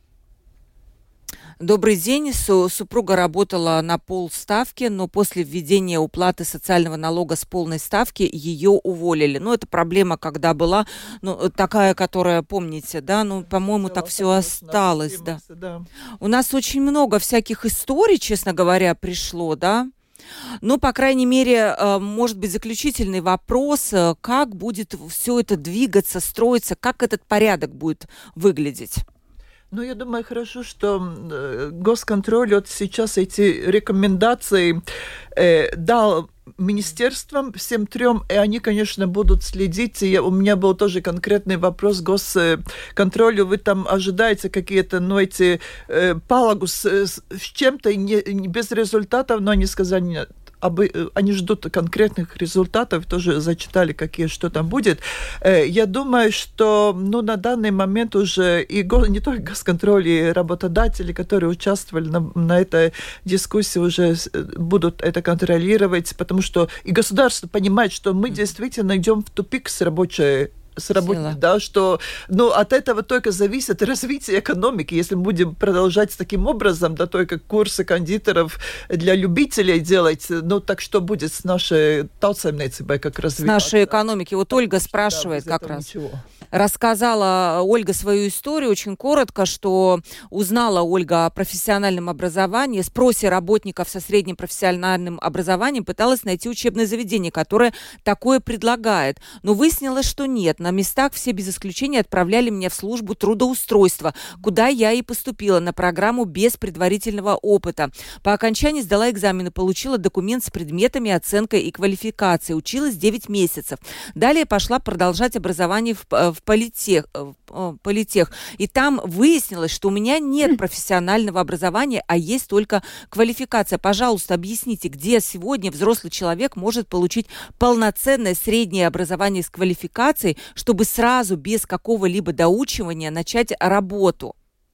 Добрый день. Су- супруга работала на полставки, но после введения уплаты социального налога с полной ставки ее уволили. Ну, это проблема, когда была, ну, такая, которая, помните, да, ну, по-моему, так все осталось, да. да. У нас очень много всяких историй, честно говоря, пришло, да. Ну, по крайней мере, может быть, заключительный вопрос, как будет все это двигаться, строиться, как этот порядок будет выглядеть? Ну, я думаю, хорошо, что э, госконтроль вот сейчас эти рекомендации э, дал министерствам, всем трем, и они, конечно, будут следить. И я, у меня был тоже конкретный вопрос госконтролю. Вы там ожидаете какие-то, ну, эти э, палагу с, с чем-то, не, не без результатов, но они сказали, нет. Они ждут конкретных результатов, тоже зачитали, какие, что там будет. Я думаю, что ну, на данный момент уже и го, не только госконтроль, и работодатели, которые участвовали на, на этой дискуссии, уже будут это контролировать, потому что и государство понимает, что мы действительно идем в тупик с рабочей сработать, да, что, ну, от этого только зависит развитие экономики. Если мы будем продолжать таким образом, да, только курсы кондитеров для любителей делать, ну, так что будет с нашей таутсаймнецибой, как развиваться? С нашей экономики. Вот Ольга спрашивает, да, как раз. Ничего. Рассказала Ольга свою историю очень коротко, что узнала Ольга о профессиональном образовании, спросе работников со средним профессиональным образованием, пыталась найти учебное заведение, которое такое предлагает. Но выяснилось, что нет. На местах все без исключения отправляли меня в службу трудоустройства, куда я и поступила на программу без предварительного опыта. По окончании сдала экзамены, получила документ с предметами, оценкой и квалификацией. Училась девять месяцев. Далее пошла продолжать образование в, в, политех, в политех. И там выяснилось, что у меня нет профессионального образования, а есть только квалификация. Пожалуйста, объясните, где сегодня взрослый человек может получить полноценное среднее образование с квалификацией, чтобы сразу без какого-либо доучивания начать работу.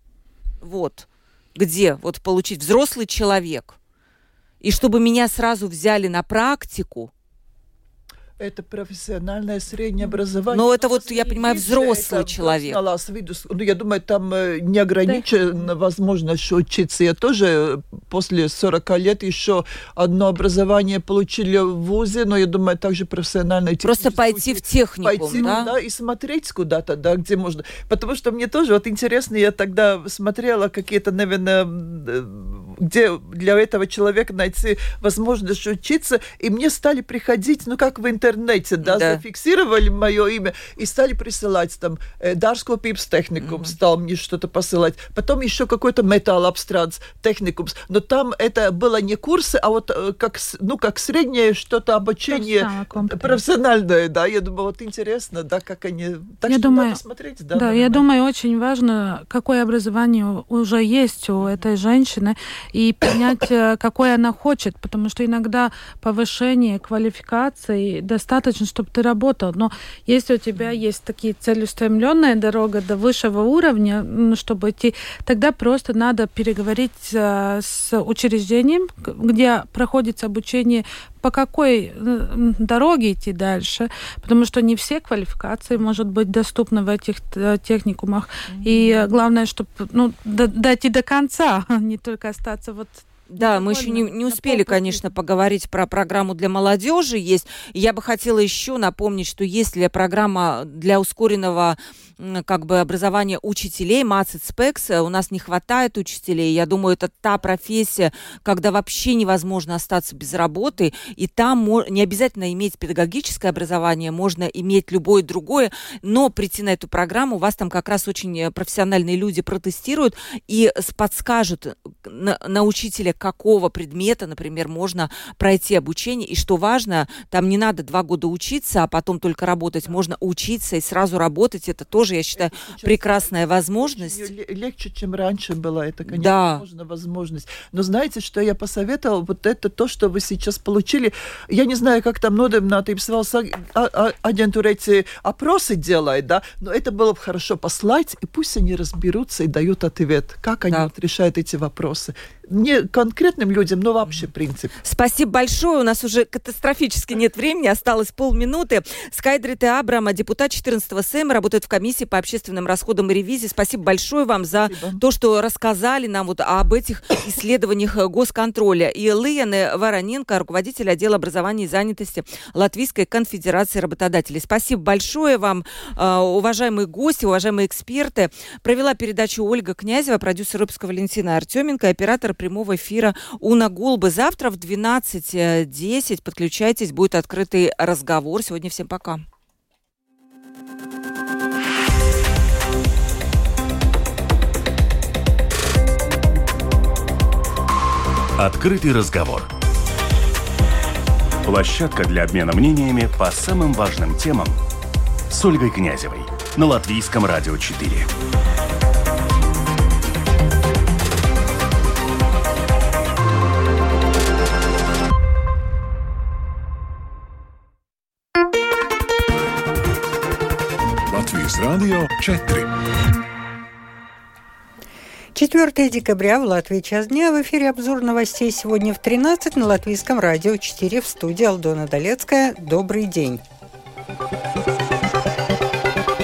Вот. Где вот получить взрослый человек. И чтобы меня сразу взяли на практику. Это профессиональное среднее образование. Но это вот, я понимаю, взрослый человек. С виду, ну, я думаю, там не ограничена да. возможность учиться. Я тоже после сорока лет еще одно образование получили в вузе, но я думаю, также профессиональное. Просто пойти в техникум, пойти, да? да? И смотреть куда-то, да, где можно. Потому что мне тоже вот интересно, я тогда смотрела какие-то, наверное, где для этого человека найти возможность учиться, и мне стали приходить, ну, как в интернете, интернете, да, да, зафиксировали мое имя и стали присылать там э, Дārskopības техникум, mm-hmm. стал мне что-то посылать. Потом еще какой-то металлоабстранс техникум. Но там это было не курсы, а вот э, как, ну, как среднее что-то обучение профессиональное, да. Я думаю, вот интересно, да, как они... Так я что думаю, надо смотреть, да. Да, я думаю, очень важно, какое образование уже есть у этой женщины и понять, какое она хочет, потому что иногда повышение квалификации достаточно, чтобы ты работал. Но если у тебя есть такие целеустремленная дорога до высшего уровня, чтобы идти, тогда просто надо переговорить с учреждением, где проходит обучение, по какой дороге идти дальше, потому что не все квалификации могут быть доступны в этих техникумах. Mm-hmm. И главное, чтобы ну, дойти до конца, не только остаться вот. Да, мы еще не, не успели, конечно, поговорить про программу для молодежи. Есть. Я бы хотела еще напомнить, что есть ли программа для ускоренного как бы образования учителей, МАЦИЦПЕКС. У нас не хватает учителей. Я думаю, это та профессия, когда вообще невозможно остаться без работы. И там не обязательно иметь педагогическое образование, можно иметь любое другое, но прийти на эту программу, вас там как раз очень профессиональные люди протестируют и подскажут на, на учителя, какого предмета, например, можно пройти обучение. И что важно, там не надо два года учиться, а потом только работать. Можно учиться и сразу работать. Это тоже, я считаю, прекрасная возможность. Легче, чем раньше было. Это, конечно, да. можно возможность. Но знаете, что я посоветовала? Вот это то, что вы сейчас получили. Я не знаю, как там Nodarbinātības valsts агентура эти опросы делает, да, но это было бы хорошо послать, и пусть они разберутся и дают ответ, как они да. вот решают эти вопросы. не конкретным людям, но вообще принцип. Спасибо большое. У нас уже катастрофически нет времени, осталось полминуты. Скайдрит Абрама, депутат четырнадцатого Сейма, работает в комиссии по общественным расходам и ревизии. Спасибо большое вам за Спасибо. то, что рассказали нам вот об этих исследованиях госконтроля. И Лияна Вороненко, руководитель отдела образования и занятости Латвийской конфедерации работодателей. Спасибо большое вам, уважаемые гости, уважаемые эксперты. Провела передачу Ольга Князева, продюсер выпуска Валентина Артеменко, оператор прямого эфира Уна Голба. Завтра в двенадцать десять подключайтесь, будет открытый разговор. Сегодня всем пока. Открытый разговор. Площадка для обмена мнениями по самым важным темам с Ольгой Князевой на Латвийском радио четыре. Латвийс радио четыре. четвёртого декабря в Латвии час дня. В эфире обзор новостей сегодня в тринадцать на Латвийском радио четыре. В студии Алдона Долецкая. Добрый день.